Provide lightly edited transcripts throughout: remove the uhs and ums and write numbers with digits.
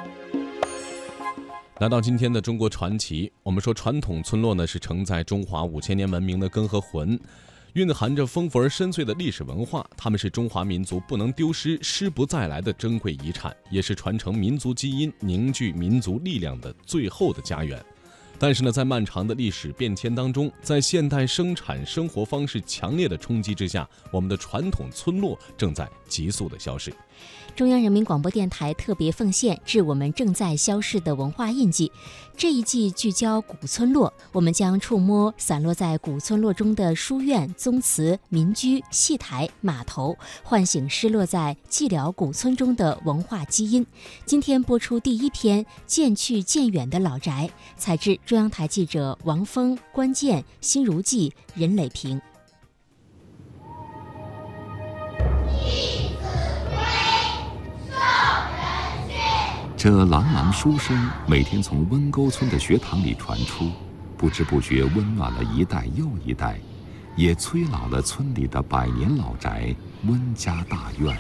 来到今天的中国传奇，我们说传统村落呢是承载中华5000年文明的根和魂，蕴含着丰富而深邃的历史文化，它们是中华民族不能丢失、失不再来的珍贵遗产，也是传承民族基因、凝聚民族力量的最后的家园。但是呢，在漫长的历史变迁当中，在现代生产生活方式强烈的冲击之下，我们的传统村落正在急速的消失。 中央人民广播电台特别奉献致我们正在消逝的文化印记。这一季聚焦古村落，我们将触摸散落在古村落中的书院、宗祠、民居、戏台、码头，唤醒失落在寂寥古村中的文化基因。今天播出第一篇《渐去渐远的老宅》，采自中央台记者王峰、关键、辛如记、任磊平。 这朗朗书声每天从温沟村的学堂里传出，不知不觉温暖了一代又一代，也催老了村里的百年老宅温家大院。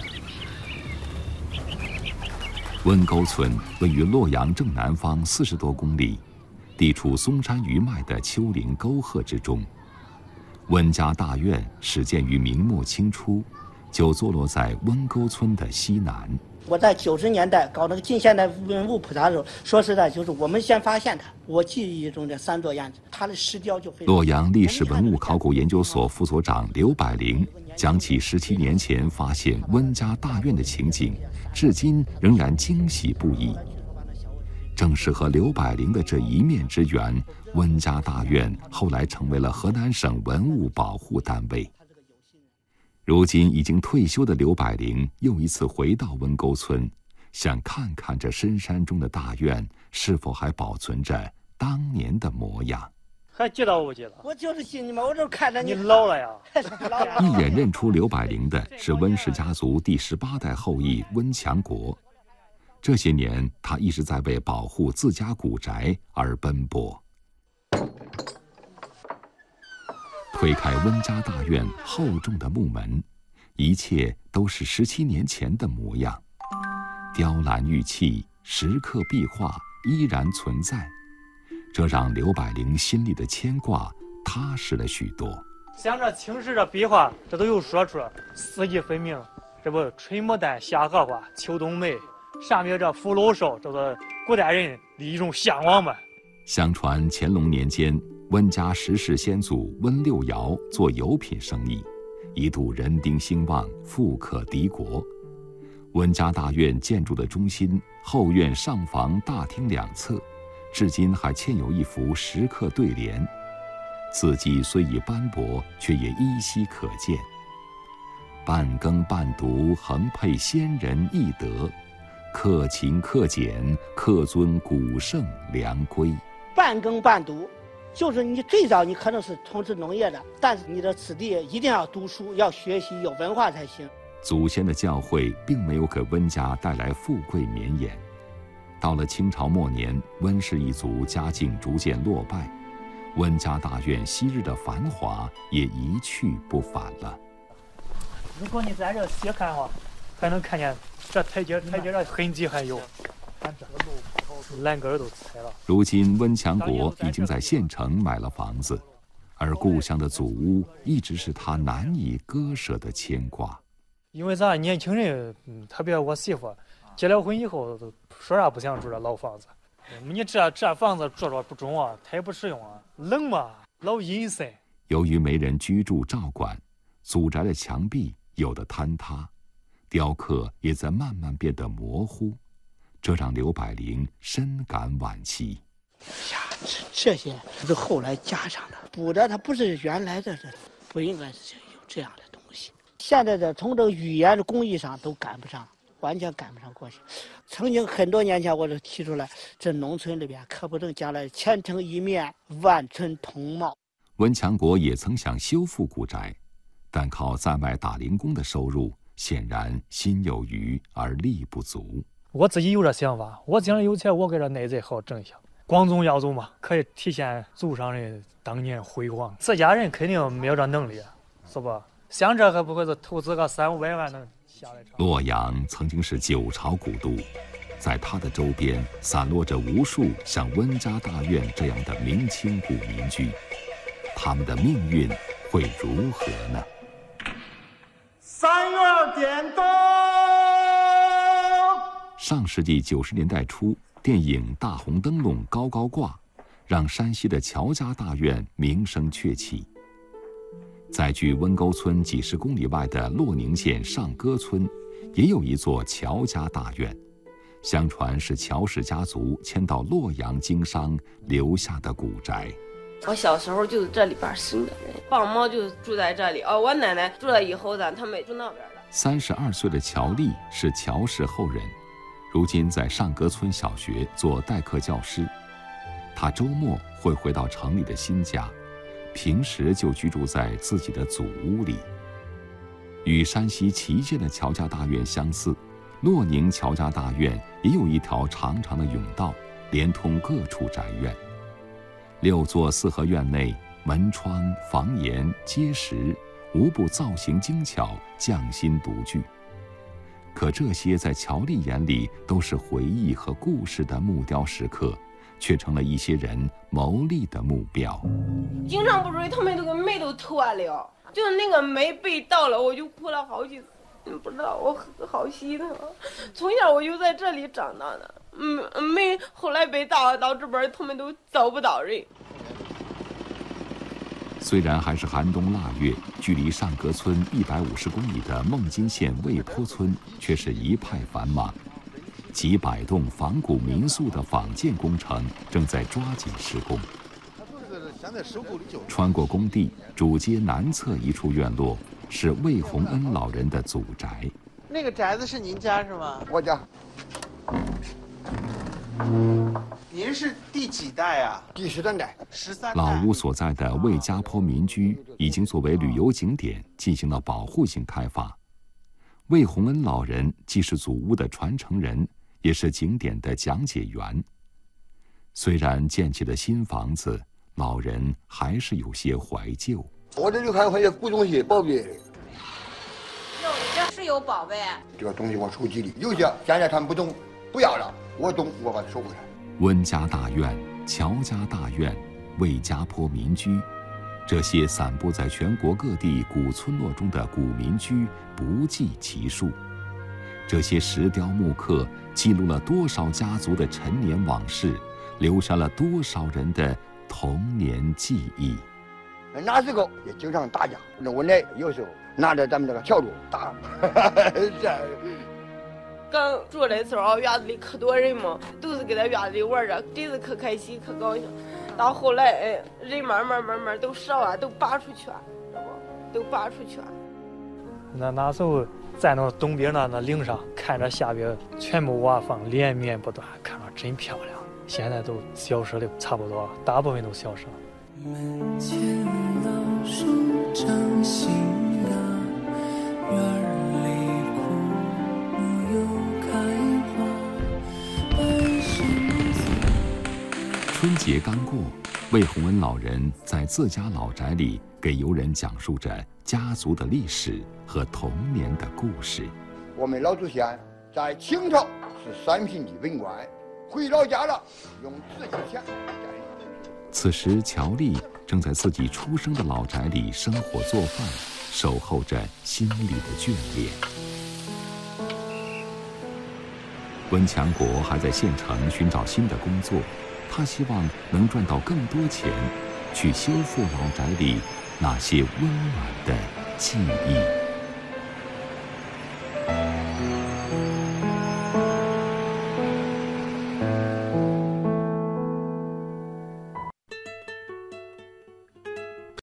温沟村位于洛阳正南方40多公里，地处嵩山余脉的丘陵沟壑之中。温家大院始建于明末清初，就坐落在温沟村的西南。 我在90年代搞那个近现代文物普查的时候，说实在，就是我们先发现它。我记忆中的3座院子，它的石雕就非常。 洛阳历史文物考古研究所副所长刘百灵讲起17年前发现温家大院的情景，至今仍然惊喜不已。正是和刘百灵的这一面之缘，温家大院后来成为了河南省文物保护单位。如今已经退休的刘百灵又一次回到温沟村，想看看这深山中的大院是否还保存着当年的模样。 还记得不记得？ 我就是记你们，我就看着你老了呀。 一眼认出刘百灵的是温氏家族第18代后裔温强国。这些年，他一直在为保护自家古宅而奔波。推开温家大院厚重的木门，一切都是17年前的模样。雕栏玉砌、石刻壁画依然存在，这让刘百灵心里的牵挂踏实了许多。 像这青石这壁画，这都有说处，四季分明。这不春牡丹，夏荷花，秋冬梅，上面这福禄寿，这个古代人的一种向往嘛。 相传乾隆年间，温家10世先祖温六爻做油品生意，一度人丁兴旺，富可敌国。温家大院建筑的中心，后院上房、大厅两侧，至今还嵌有一幅石刻对联，字迹虽已斑驳，却也依稀可见。半耕半读，横配先人义德，克勤克俭，克遵古圣良规。 半耕半读，就是你最早你可能是从事农业的，但是你的子弟一定要读书，要学习，有文化才行。 祖先的教诲并没有给温家带来富贵绵延。到了清朝末年，温氏一族家境逐渐落败，温家大院昔日的繁华也一去不返了。 如果你在这细看的话，还能看见这台阶的痕迹还有，看这个路栏杆都踩了。 如今温强国已经在县城买了房子，而故乡的祖屋一直是他难以割舍的牵挂。 因为咱年轻人，特别我媳妇结了婚以后，都说啥不想住这老房子。你这房子住不中啊，它也不实用啊，冷嘛，老阴森。 由于没人居住照管，祖宅的墙壁有的坍塌，雕刻也在慢慢变得模糊，这让刘百灵深感惋惜。 呀，这些是后来加上的，补的它不是原来的，不应该是有这样的东西。现在的从这个语言的工艺上都赶不上，完全赶不上过去。曾经很多年前我就提出来，这农村里边可不能将来千城一面，万村同貌。 温强国也曾想修复古宅，但靠在外打零工的收入，显然心有余而力不足。 我自己有这想法，我将来有钱，我给这内贼好整一下。光宗耀祖嘛，可以体现祖上人当年辉煌。自家人肯定没有这能力，是吧？像这还不会是投资个300-500万能下来。 洛阳曾经是9朝古都， 在他的周边散落着无数像温家大院这样的明清古民居，他们的命运会如何呢 ？3、2点灯。 上世纪90年代初，电影《大红灯笼高高挂》让山西的乔家大院名声鹊起。在距温沟村几十公里外的洛宁县上歌村，也有一座乔家大院，相传是乔氏家族迁到洛阳经商留下的古宅。 我小时候就是这里边生的人，爸妈就住在这里。我奶奶住了以后呢，他们住那边了。 32岁的乔丽是乔氏后人，如今在上歌村小学做代课教师。她周末会回到城里的新家，平时就居住在自己的祖屋里。与山西祁县的乔家大院相似，洛宁乔家大院也有一条长长的甬道，连通各处宅院。6座四合院内，门窗、房檐结实，无不造型精巧，匠心独具。可这些在乔丽眼里都是回忆和故事的木雕石刻，却成了一些人谋利的目标。 经常不注意，他们这个煤都脱了，就是那个煤被盗了，我就哭了好几次。不知道，我好心疼。从小我就在这里长大的，煤后来被盗到这边，他们都找不到人。 虽然还是寒冬腊月，距离上歌村150公里的孟津县魏坡村却是一派繁忙，几百栋仿古民宿的仿建工程正在抓紧施工。穿过工地，主街南侧一处院落是魏洪恩老人的祖宅。 那个宅子是您家是吗？ 我家。 您是第几代啊？ 第13代。 13代。 老屋所在的魏家坡民居已经作为旅游景点进行了保护性开发。魏洪恩老人既是祖屋的传承人，也是景点的讲解员。虽然建起了新房子，老人还是有些怀旧。 我这里还有古东西宝贝的。 哟，你这是有宝贝？ 这个东西我手机里有些，现在他们不懂，不要了。我懂，我把它收回来。 温家大院、乔家大院、魏家坡民居，这些散布在全国各地古村落中的古民居不计其数。这些石雕木刻记录了多少家族的陈年往事，留下了多少人的童年记忆。 那时候也经常打架，那我奶有时候拿着咱们这个笤帚打。 刚住的时候，院子里可多人嘛，都是给在院子里玩着，真是可开心可高兴。到后来，人慢慢都少啊，都拔出去了，都拔出去了。 那时候在那东边那岭上，看着下边全部瓦房连绵不断，看着真漂亮。现在都消失的差不多，大部分都消失了。 门前老树长新芽，院里枯木又开花，半生子。 春节刚过，魏洪恩老人在自家老宅里给游人讲述着家族的历史和童年的故事。 我们老祖先在清朝是3品的文官，回老家了，用自己钱。 此时，乔丽正在自己出生的老宅里生火做饭，守候着心里的眷恋。温强国还在县城寻找新的工作，他希望能赚到更多钱，去修复老宅里那些温暖的记忆。